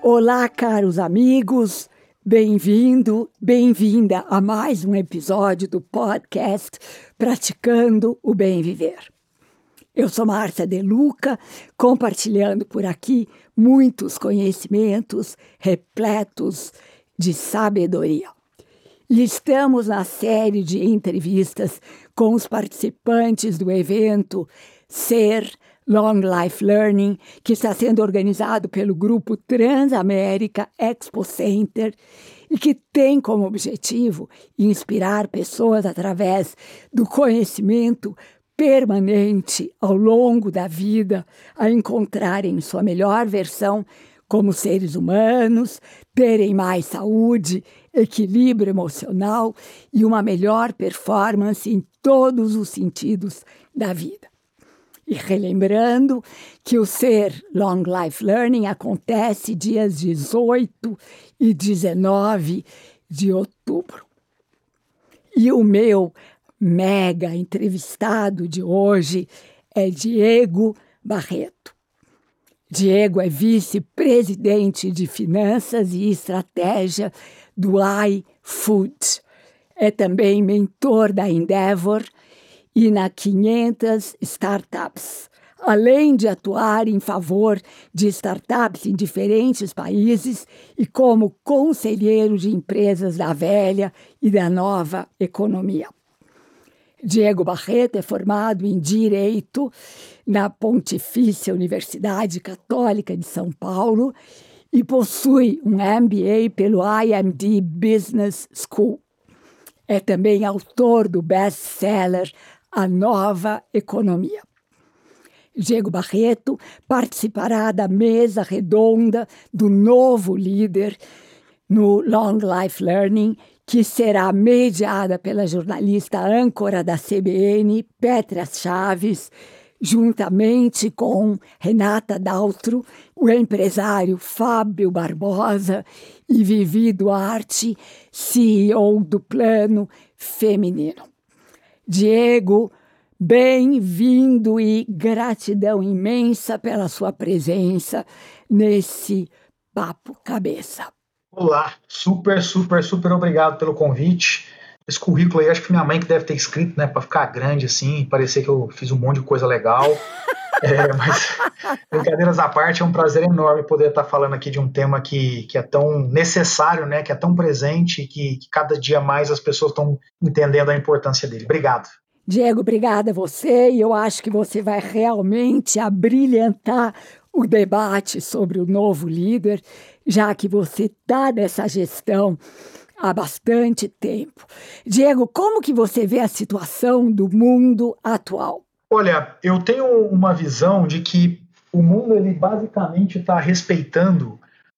Olá, caros amigos, bem-vindo, bem-vinda a mais um episódio do podcast Praticando o Bem Viver. Eu sou Márcia De Luca, compartilhando por aqui muitos conhecimentos repletos de sabedoria. E estamos na série de entrevistas com os participantes do evento Ser Long Life Learning, que está sendo organizado pelo grupo Transamérica Expo Center e que tem como objetivo inspirar pessoas através do conhecimento permanente ao longo da vida a encontrarem sua melhor versão como seres humanos, terem mais saúde, equilíbrio emocional e uma melhor performance em todos os sentidos da vida. E relembrando que o Ser Long Life Learning acontece dias 18 e 19 de outubro. E o meu mega entrevistado de hoje é Diego Barreto. Diego é vice-presidente de Finanças e Estratégia do iFood. É também mentor da Endeavor e na 500 Startups, além de atuar em favor de startups em diferentes países e como conselheiro de empresas da velha e da nova economia. Diego Barreto é formado em Direito na Pontifícia Universidade Católica de São Paulo e possui um MBA pelo IMD Business School. É também autor do best-seller A Nova Economia. Diego Barreto participará da mesa redonda do novo líder no Long Life Learning, que será mediada pela jornalista âncora da CBN, Petra Chaves, juntamente com Renata Daltro, o empresário Fábio Barbosa e Vivi Duarte, CEO do Plano Feminino. Diego, bem-vindo e gratidão imensa pela sua presença nesse Papo Cabeça. Olá, super obrigado pelo convite. Esse currículo aí, acho que minha mãe que deve ter escrito, né, para ficar grande assim, parecer que eu fiz um monte de coisa legal. Mas, brincadeiras à parte, é um prazer enorme poder estar falando aqui de um tema que é tão necessário, né, que é tão presente, que cada dia mais as pessoas estão entendendo a importância dele. Obrigado. Diego, obrigada a você, e eu acho que você vai realmente abrilhantar o debate sobre o novo líder, já que você está nessa gestão há bastante tempo. Diego, como que você vê a situação do mundo atual? Olha, eu tenho uma visão de que o mundo ele basicamente está respeitando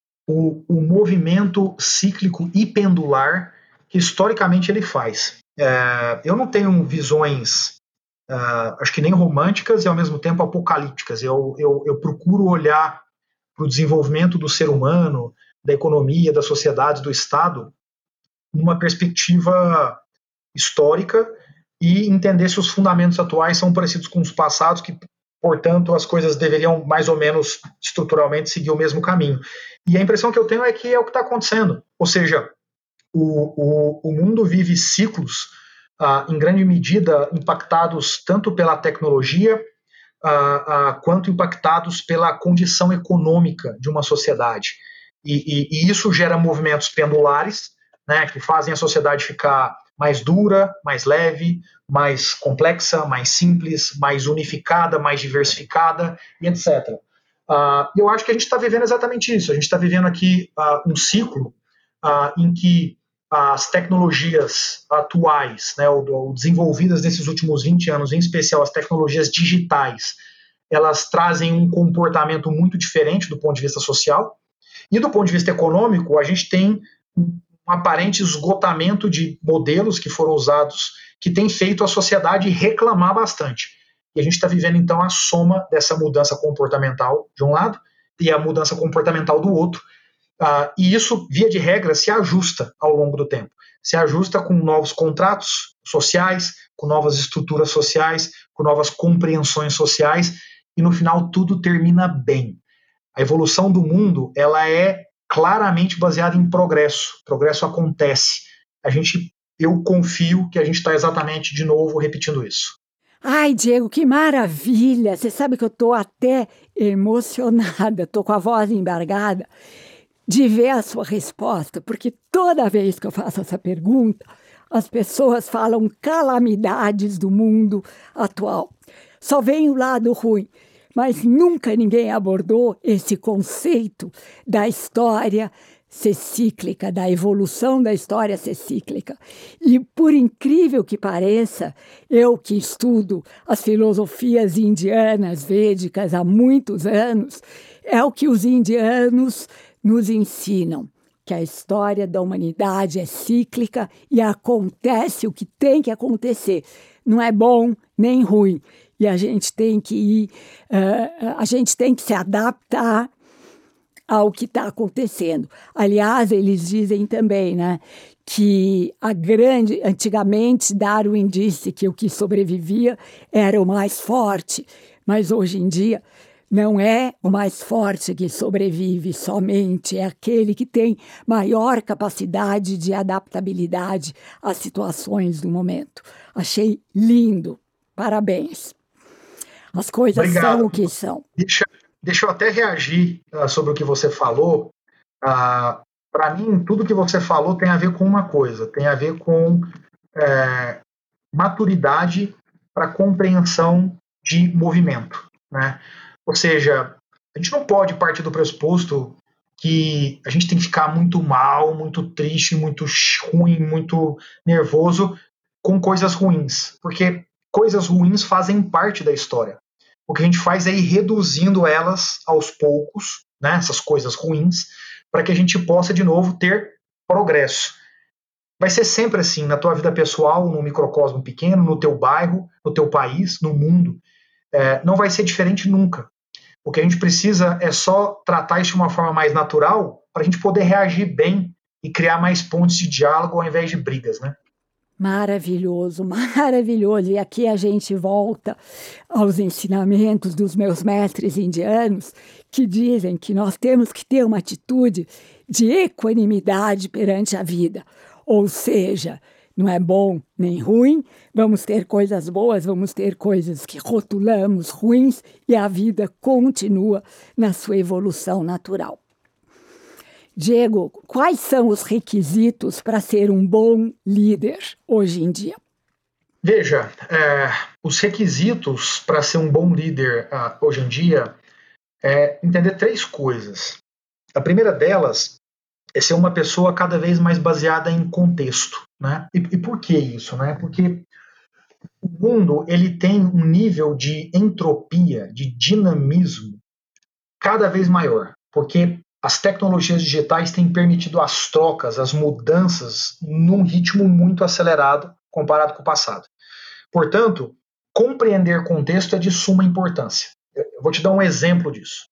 o movimento cíclico e pendular que historicamente ele faz. Eu não tenho visões, acho que nem românticas e ao mesmo tempo apocalípticas. Eu procuro olhar para o desenvolvimento do ser humano, da economia, da sociedade, do Estado, numa perspectiva histórica e entender se os fundamentos atuais são parecidos com os passados, que, portanto, as coisas deveriam mais ou menos estruturalmente seguir o mesmo caminho. E a impressão que eu tenho é que é o que está acontecendo. Ou seja, o mundo vive ciclos, em grande medida, impactados tanto pela tecnologia, quanto impactados pela condição econômica de uma sociedade. E isso gera movimentos pendulares, né, que fazem a sociedade ficar mais dura, mais leve, mais complexa, mais simples, mais unificada, mais diversificada, e etc. Eu acho que a gente está vivendo exatamente isso. A gente está vivendo aqui um ciclo em que as tecnologias atuais, né, ou desenvolvidas nesses últimos 20 anos, em especial as tecnologias digitais, elas trazem um comportamento muito diferente do ponto de vista social. E do ponto de vista econômico, a gente tem um aparente esgotamento de modelos que foram usados, que tem feito a sociedade reclamar bastante. E a gente está vivendo, então, a soma dessa mudança comportamental, de um lado, e a mudança comportamental do outro. E isso, via de regra, se ajusta ao longo do tempo. Se ajusta com novos contratos sociais, com novas estruturas sociais, com novas compreensões sociais, e no final tudo termina bem. A evolução do mundo, ela é claramente baseada em progresso. Progresso acontece. Eu confio que a gente está exatamente de novo repetindo isso. Ai, Diego, que maravilha! Você sabe que eu estou até emocionada, estou com a voz embargada de ver a sua resposta, porque toda vez que eu faço essa pergunta, as pessoas falam calamidades do mundo atual. Só vem o lado ruim, mas nunca ninguém abordou esse conceito da história ser cíclica, da evolução da história ser cíclica. E, por incrível que pareça, eu que estudo as filosofias indianas, védicas, há muitos anos, é o que os indianos nos ensinam, que a história da humanidade é cíclica e acontece o que tem que acontecer. Não é bom nem ruim. E a gente tem que a gente tem que se adaptar ao que está acontecendo. Aliás, eles dizem também, né, que antigamente Darwin disse que o que sobrevivia era o mais forte, mas hoje em dia não é o mais forte que sobrevive somente, é aquele que tem maior capacidade de adaptabilidade às situações do momento. Achei lindo. Parabéns. As coisas Obrigado. são o que são. Deixa eu até reagir sobre o que você falou. Para mim, tudo que você falou tem a ver com uma coisa, tem a ver com maturidade para compreensão de movimento, né? Ou seja, a gente não pode partir do pressuposto que a gente tem que ficar muito mal, muito triste, muito ruim, muito nervoso com coisas ruins, porque coisas ruins fazem parte da história. O que a gente faz é ir reduzindo elas aos poucos, né, essas coisas ruins, para que a gente possa, de novo, ter progresso. Vai ser sempre assim, na tua vida pessoal, no microcosmo pequeno, no teu bairro, no teu país, no mundo. Não vai ser diferente nunca. O que a gente precisa é só tratar isso de uma forma mais natural para a gente poder reagir bem e criar mais pontos de diálogo ao invés de brigas, né? Maravilhoso, maravilhoso. E aqui a gente volta aos ensinamentos dos meus mestres indianos, que dizem que nós temos que ter uma atitude de equanimidade perante a vida. Ou seja, não é bom nem ruim, vamos ter coisas boas, vamos ter coisas que rotulamos ruins e a vida continua na sua evolução natural. Diego, quais são os requisitos para ser um bom líder hoje em dia? Veja, os requisitos para ser um bom líder hoje em dia é entender 3 coisas. A primeira delas é ser uma pessoa cada vez mais baseada em contexto, né? E por que isso, né? Porque o mundo ele tem um nível de entropia, de dinamismo cada vez maior, porque as tecnologias digitais têm permitido as trocas, as mudanças num ritmo muito acelerado comparado com o passado. Portanto, compreender contexto é de suma importância. Eu vou te dar um exemplo disso.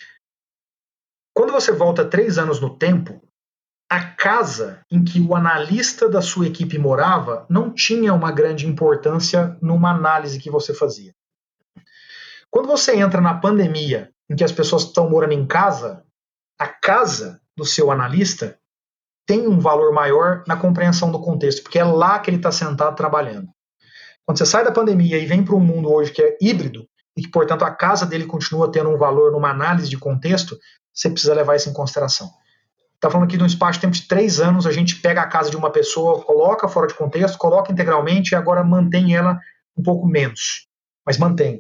Quando você volta 3 anos no tempo, a casa em que o analista da sua equipe morava não tinha uma grande importância numa análise que você fazia. Quando você entra na pandemia, em que as pessoas estão morando em casa, a casa do seu analista tem um valor maior na compreensão do contexto, porque é lá que ele está sentado trabalhando. Quando você sai da pandemia e vem para um mundo hoje que é híbrido, e que, portanto, a casa dele continua tendo um valor numa análise de contexto, você precisa levar isso em consideração. Está falando aqui de um espaço de tempo de 3 anos, a gente pega a casa de uma pessoa, coloca fora de contexto, coloca integralmente e agora mantém ela um pouco menos, mas mantém.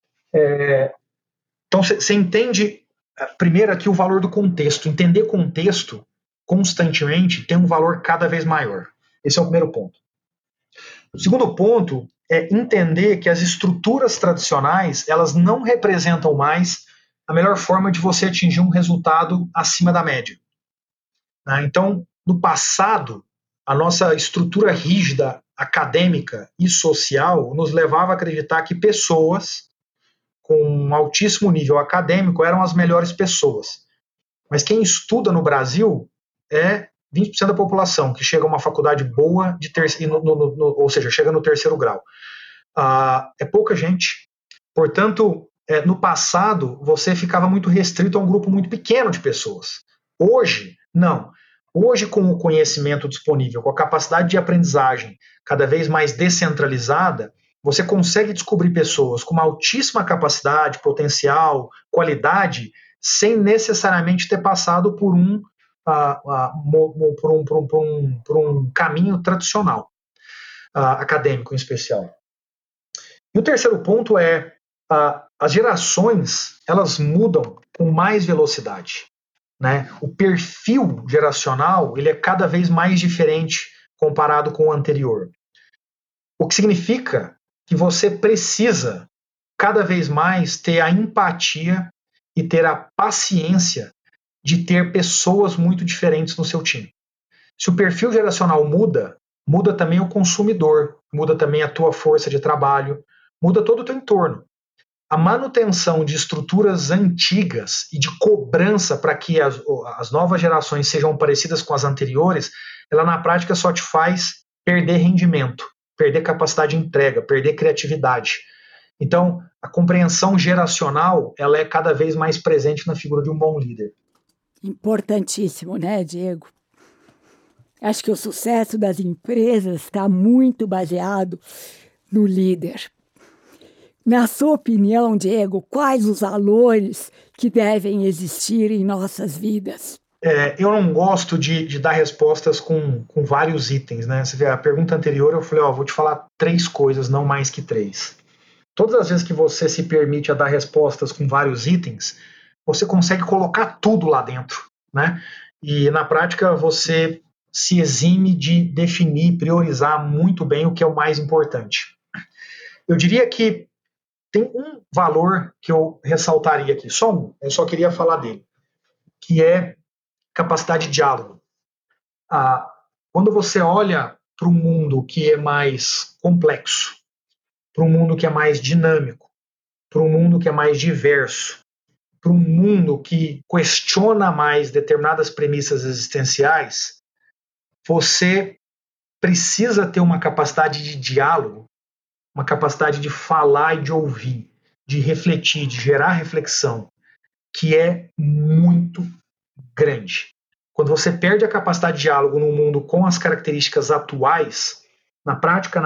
Então, você entende, primeiro aqui, o valor do contexto. Entender contexto constantemente tem um valor cada vez maior. Esse é o primeiro ponto. O segundo ponto é entender que as estruturas tradicionais, elas não representam mais a melhor forma de você atingir um resultado acima da média. Então, no passado, a nossa estrutura rígida, acadêmica e social nos levava a acreditar que pessoas com um altíssimo nível acadêmico eram as melhores pessoas. Mas quem estuda no Brasil é 20% da população que chega a uma faculdade boa, ou seja, chega no 3º grau. É pouca gente. Portanto, no passado, você ficava muito restrito a um grupo muito pequeno de pessoas. Hoje, não. Hoje, com o conhecimento disponível, com a capacidade de aprendizagem cada vez mais descentralizada, você consegue descobrir pessoas com uma altíssima capacidade, potencial, qualidade, sem necessariamente ter passado por um caminho tradicional, acadêmico em especial. E o terceiro ponto é as gerações, elas mudam com mais velocidade. Né? O perfil geracional ele é cada vez mais diferente comparado com o anterior. O que significa que você precisa cada vez mais ter a empatia e ter a paciência de ter pessoas muito diferentes no seu time. Se o perfil geracional muda, muda também o consumidor, muda também a tua força de trabalho, muda todo o teu entorno. A manutenção de estruturas antigas e de cobrança para que as novas gerações sejam parecidas com as anteriores, ela na prática só te faz perder rendimento, perder capacidade de entrega, perder criatividade. Então, a compreensão geracional ela é cada vez mais presente na figura de um bom líder. Importantíssimo, né, Diego? Acho que o sucesso das empresas está muito baseado no líder. Na sua opinião, Diego, quais os valores que devem existir em nossas vidas? Eu não gosto de dar respostas com vários itens, né? Você vê, a pergunta anterior eu falei, vou te falar 3 coisas, não mais que 3. Todas as vezes que você se permite a dar respostas com vários itens, você consegue colocar tudo lá dentro, né? E na prática você se exime de definir, priorizar muito bem o que é o mais importante. Eu diria que tem um valor que eu ressaltaria aqui, só um, eu só queria falar dele, que é capacidade de diálogo. Quando você olha para um mundo que é mais complexo, para um mundo que é mais dinâmico, para um mundo que é mais diverso, para um mundo que questiona mais determinadas premissas existenciais, você precisa ter uma capacidade de diálogo, uma capacidade de falar e de ouvir, de refletir, de gerar reflexão, que é muito grande. Quando você perde a capacidade de diálogo num mundo com as características atuais, na prática,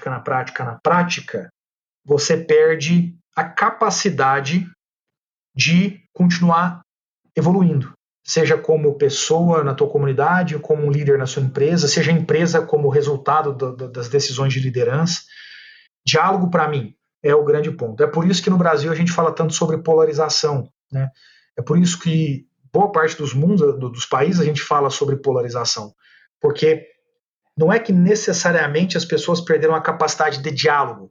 você perde a capacidade de continuar evoluindo. Seja como pessoa na tua comunidade, como um líder na sua empresa, seja a empresa como resultado das decisões de liderança. Diálogo, para mim, é o grande ponto. É por isso que no Brasil a gente fala tanto sobre polarização, né? É por isso que boa parte dos países a gente fala sobre polarização, porque não é que necessariamente as pessoas perderam a capacidade de diálogo.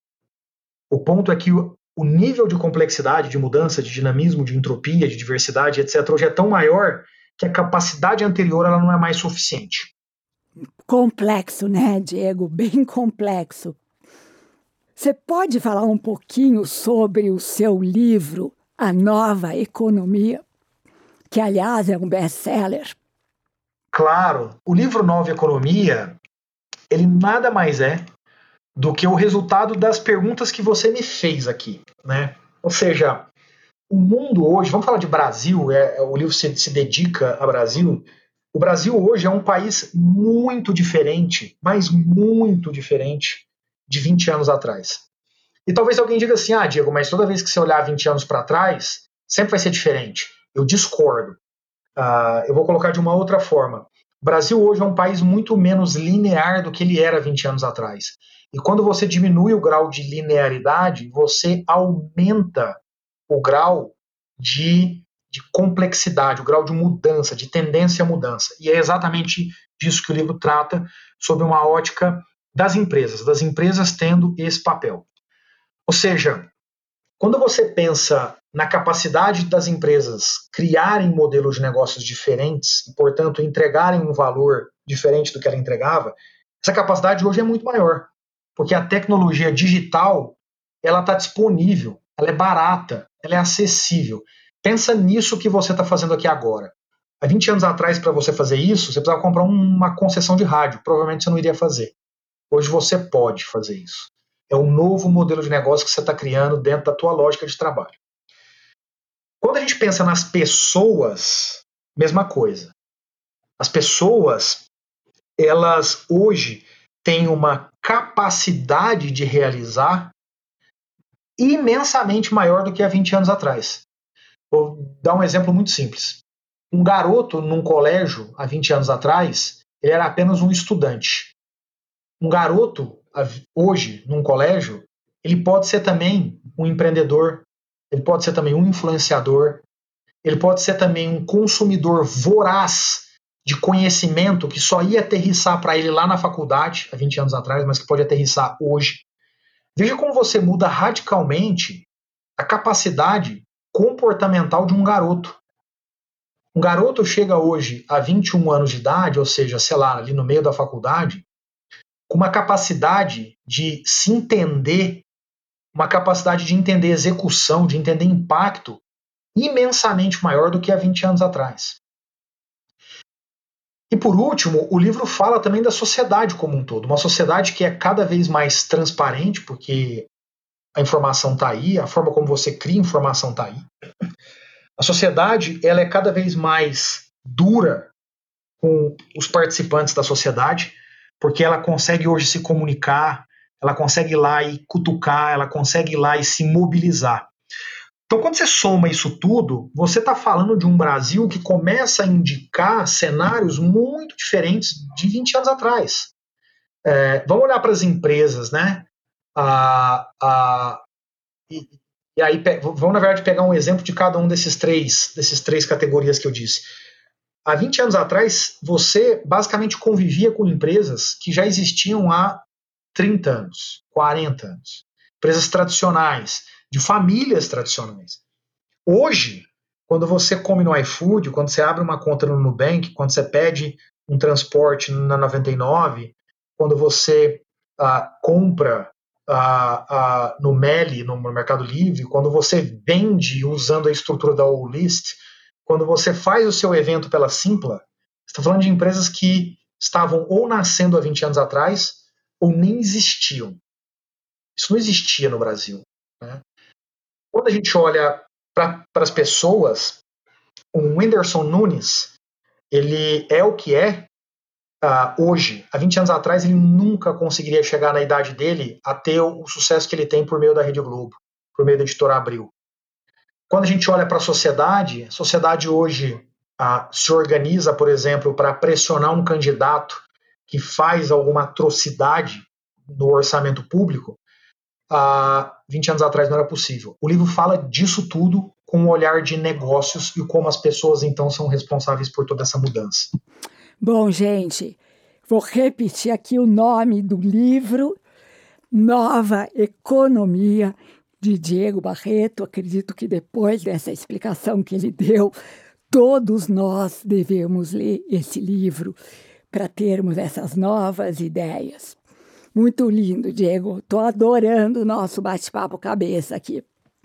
O ponto é que o nível de complexidade, de mudança, de dinamismo, de entropia, de diversidade, etc., hoje é tão maior que a capacidade anterior ela não é mais suficiente. Complexo, né, Diego? Bem complexo. Você pode falar um pouquinho sobre o seu livro, A Nova Economia, que, aliás, é um best-seller? Claro, o livro Nova Economia, ele nada mais é do que o resultado das perguntas que você me fez aqui, né? Ou seja, o mundo hoje, vamos falar de Brasil, o livro se dedica a Brasil. O Brasil hoje é um país muito diferente, mas muito diferente de 20 anos atrás. E talvez alguém diga assim, Diego, mas toda vez que você olhar 20 anos para trás, sempre vai ser diferente. Eu discordo. Eu vou colocar de uma outra forma. O Brasil hoje é um país muito menos linear do que ele era 20 anos atrás. E quando você diminui o grau de linearidade, você aumenta o grau de complexidade, o grau de mudança, de tendência à mudança. E é exatamente disso que o livro trata, sob uma ótica das empresas tendo esse papel. Ou seja, quando você pensa na capacidade das empresas criarem modelos de negócios diferentes e, portanto, entregarem um valor diferente do que ela entregava, essa capacidade hoje é muito maior, porque a tecnologia digital ela está disponível, ela é barata, ela é acessível. Pensa nisso que você está fazendo aqui agora. Há 20 anos atrás, para você fazer isso, você precisava comprar uma concessão de rádio. Provavelmente você não iria fazer. Hoje você pode fazer isso. É um novo modelo de negócio que você está criando dentro da tua lógica de trabalho. Quando a gente pensa nas pessoas, mesma coisa. As pessoas, elas hoje têm uma capacidade de realizar imensamente maior do que há 20 anos atrás. Vou dar um exemplo muito simples. Um garoto num colégio, há 20 anos atrás, ele era apenas um estudante. Um garoto, hoje, num colégio, ele pode ser também um empreendedor, ele pode ser também um influenciador, ele pode ser também um consumidor voraz de conhecimento que só ia aterrissar para ele lá na faculdade, há 20 anos atrás, mas que pode aterrissar hoje. Veja como você muda radicalmente a capacidade comportamental de um garoto. Um garoto chega hoje a 21 anos de idade, ou seja, sei lá, ali no meio da faculdade, com uma capacidade de se entender, uma capacidade de entender execução, de entender impacto imensamente maior do que há 20 anos atrás. E por último, o livro fala também da sociedade como um todo, uma sociedade que é cada vez mais transparente, porque a informação está aí, a forma como você cria informação está aí. A sociedade, ela é cada vez mais dura com os participantes da sociedade, porque ela consegue hoje se comunicar, ela consegue ir lá e cutucar, ela consegue ir lá e se mobilizar. Então, quando você soma isso tudo, você está falando de um Brasil que começa a indicar cenários muito diferentes de 20 anos atrás. Vamos olhar para as empresas, né? E aí, vamos, na verdade, pegar um exemplo de cada um desses três categorias que eu disse. Há 20 anos atrás, você basicamente convivia com empresas que já existiam há 30 anos, 40 anos. Empresas tradicionais, de famílias tradicionais. Hoje, quando você come no iFood, quando você abre uma conta no Nubank, quando você pede um transporte na 99, quando você compra no Meli, no Mercado Livre, quando você vende usando a estrutura da All-List, quando você faz o seu evento pela Simpla, você está falando de empresas que estavam ou nascendo há 20 anos atrás ou nem existiam. Isso não existia no Brasil. Né? Quando a gente olha para as pessoas, o Whindersson Nunes, ele é o que é hoje. Há 20 anos atrás, ele nunca conseguiria chegar na idade dele a ter o sucesso que ele tem por meio da Rede Globo, por meio da Editora Abril. Quando a gente olha para a sociedade hoje se organiza, por exemplo, para pressionar um candidato que faz alguma atrocidade no orçamento público, há 20 anos atrás não era possível. O livro fala disso tudo com um olhar de negócios e como as pessoas, então, são responsáveis por toda essa mudança. Bom, gente, vou repetir aqui o nome do livro, Nova Economia, de Diego Barreto. Acredito que depois dessa explicação que ele deu, todos nós devemos ler esse livro para termos essas novas ideias. Muito lindo, Diego. Estou adorando o nosso bate-papo cabeça aqui.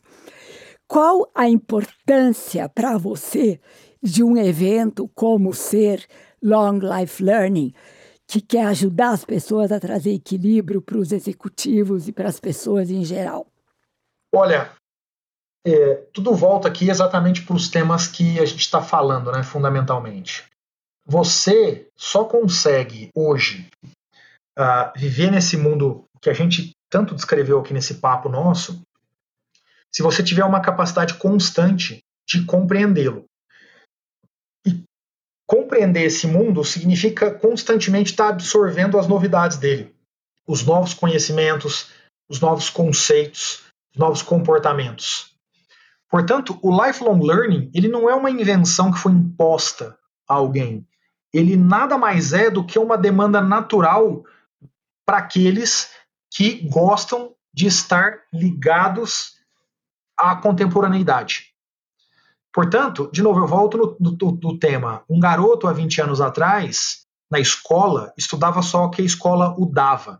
Qual a importância para você de um evento como ser Long Life Learning, que quer ajudar as pessoas a trazer equilíbrio para os executivos e para as pessoas em geral? Olha, tudo volta aqui exatamente para os temas que a gente está falando, né, fundamentalmente. Você só consegue hoje viver nesse mundo que a gente tanto descreveu aqui nesse papo nosso, se você tiver uma capacidade constante de compreendê-lo. E compreender esse mundo significa constantemente estar absorvendo as novidades dele, os novos conhecimentos, os novos conceitos, os novos comportamentos. Portanto, o lifelong learning, ele não é uma invenção que foi imposta a alguém. Ele nada mais é do que uma demanda natural para aqueles que gostam de estar ligados à contemporaneidade. Portanto, de novo, eu volto no tema. Um garoto há 20 anos atrás, na escola, estudava só o que a escola o dava.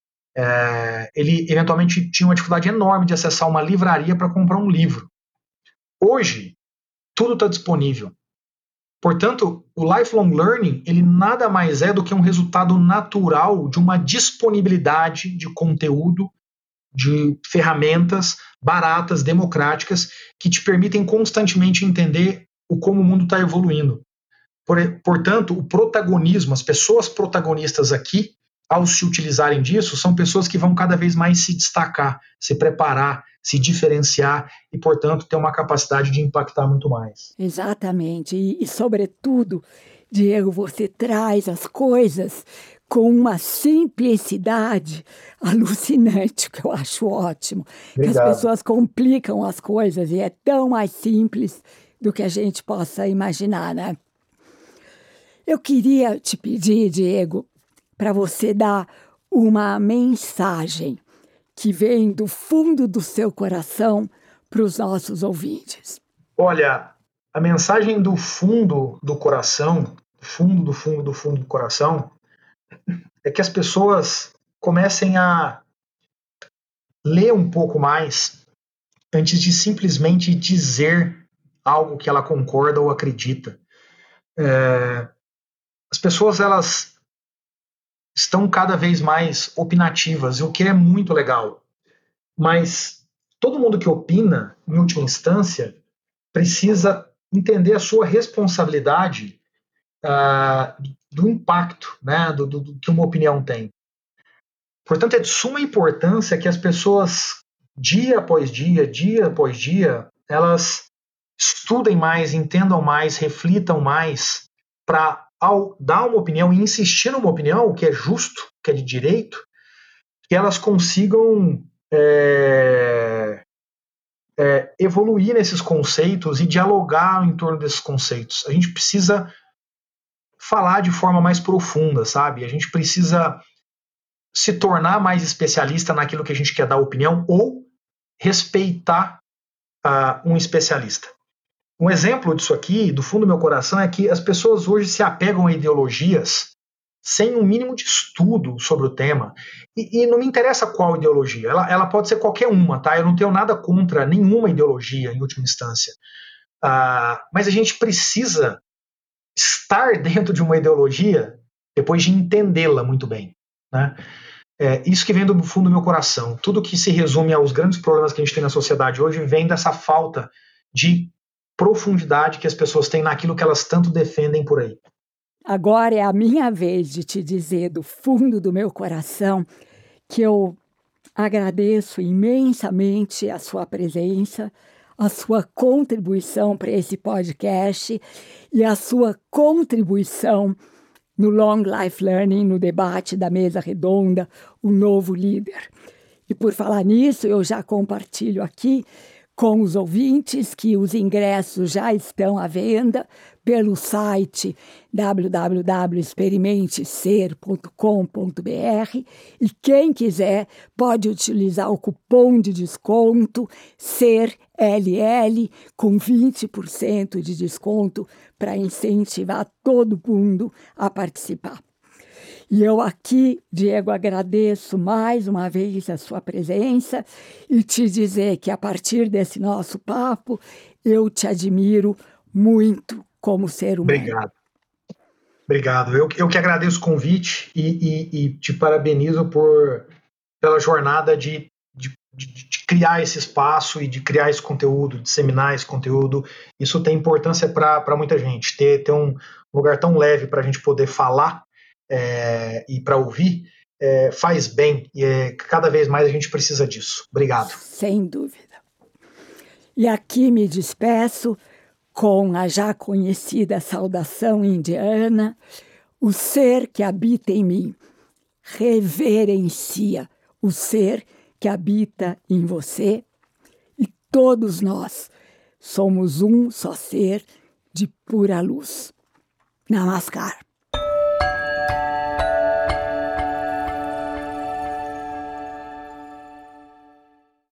Ele eventualmente tinha uma dificuldade enorme de acessar uma livraria para comprar um livro. Hoje, tudo está disponível. Portanto, o lifelong learning, ele nada mais é do que um resultado natural de uma disponibilidade de conteúdo, de ferramentas baratas, democráticas, que te permitem constantemente entender como o mundo está evoluindo. Portanto, o protagonismo, as pessoas protagonistas aqui, ao se utilizarem disso, são pessoas que vão cada vez mais se destacar, se preparar, se diferenciar e, portanto, ter uma capacidade de impactar muito mais. Exatamente. E sobretudo, Diego, você traz as coisas com uma simplicidade alucinante, que eu acho ótimo. Obrigado. Que as pessoas complicam as coisas e é tão mais simples do que a gente possa imaginar, né? Eu queria te pedir, Diego, para você dar uma mensagem que vem do fundo do seu coração para os nossos ouvintes. Olha, a mensagem do fundo do coração, fundo do coração, é que as pessoas comecem a ler um pouco mais antes de simplesmente dizer algo que ela concorda ou acredita. As pessoas, elas estão cada vez mais opinativas, o que é muito legal. Mas todo mundo que opina, em última instância, precisa entender a sua responsabilidade do impacto, né, do que uma opinião tem. Portanto, é de suma importância que as pessoas, dia após dia, elas estudem mais, entendam mais, reflitam mais, para, ao dar uma opinião e insistir numa opinião, o que é justo, que é de direito, que elas consigam evoluir nesses conceitos e dialogar em torno desses conceitos. A gente precisa falar de forma mais profunda, sabe? A gente precisa se tornar mais especialista naquilo que a gente quer dar opinião ou respeitar um especialista. Um exemplo disso aqui, do fundo do meu coração, é que as pessoas hoje se apegam a ideologias sem um mínimo de estudo sobre o tema. E não me interessa qual ideologia, ela pode ser qualquer uma, tá? Eu não tenho nada contra nenhuma ideologia, em última instância. Mas a gente precisa estar dentro de uma ideologia depois de entendê-la muito bem, né? Isso que vem do fundo do meu coração. Tudo que se resume aos grandes problemas que a gente tem na sociedade hoje vem dessa falta de profundidade que as pessoas têm naquilo que elas tanto defendem por aí. Agora é a minha vez de te dizer do fundo do meu coração que eu agradeço imensamente a sua presença, a sua contribuição para esse podcast e a sua contribuição no Long Life Learning, no debate da mesa redonda, o novo líder. E por falar nisso, eu já compartilho aqui com os ouvintes que os ingressos já estão à venda pelo site www.experimenteser.com.br e quem quiser pode utilizar o cupom de desconto SERLL com 20% de desconto para incentivar todo mundo a participar. E eu aqui, Diego, agradeço mais uma vez a sua presença e te dizer que a partir desse nosso papo, eu te admiro muito como ser humano. Obrigado. Eu que agradeço o convite e te parabenizo pela jornada de criar esse espaço e de criar esse conteúdo, disseminar esse conteúdo. Isso tem importância para muita gente. Ter um lugar tão leve para a gente poder falar e para ouvir, faz bem. E cada vez mais a gente precisa disso. Obrigado. Sem dúvida. E aqui me despeço com a já conhecida saudação indiana: o ser que habita em mim reverencia o ser que habita em você, e todos nós somos um só ser de pura luz. Namaskar.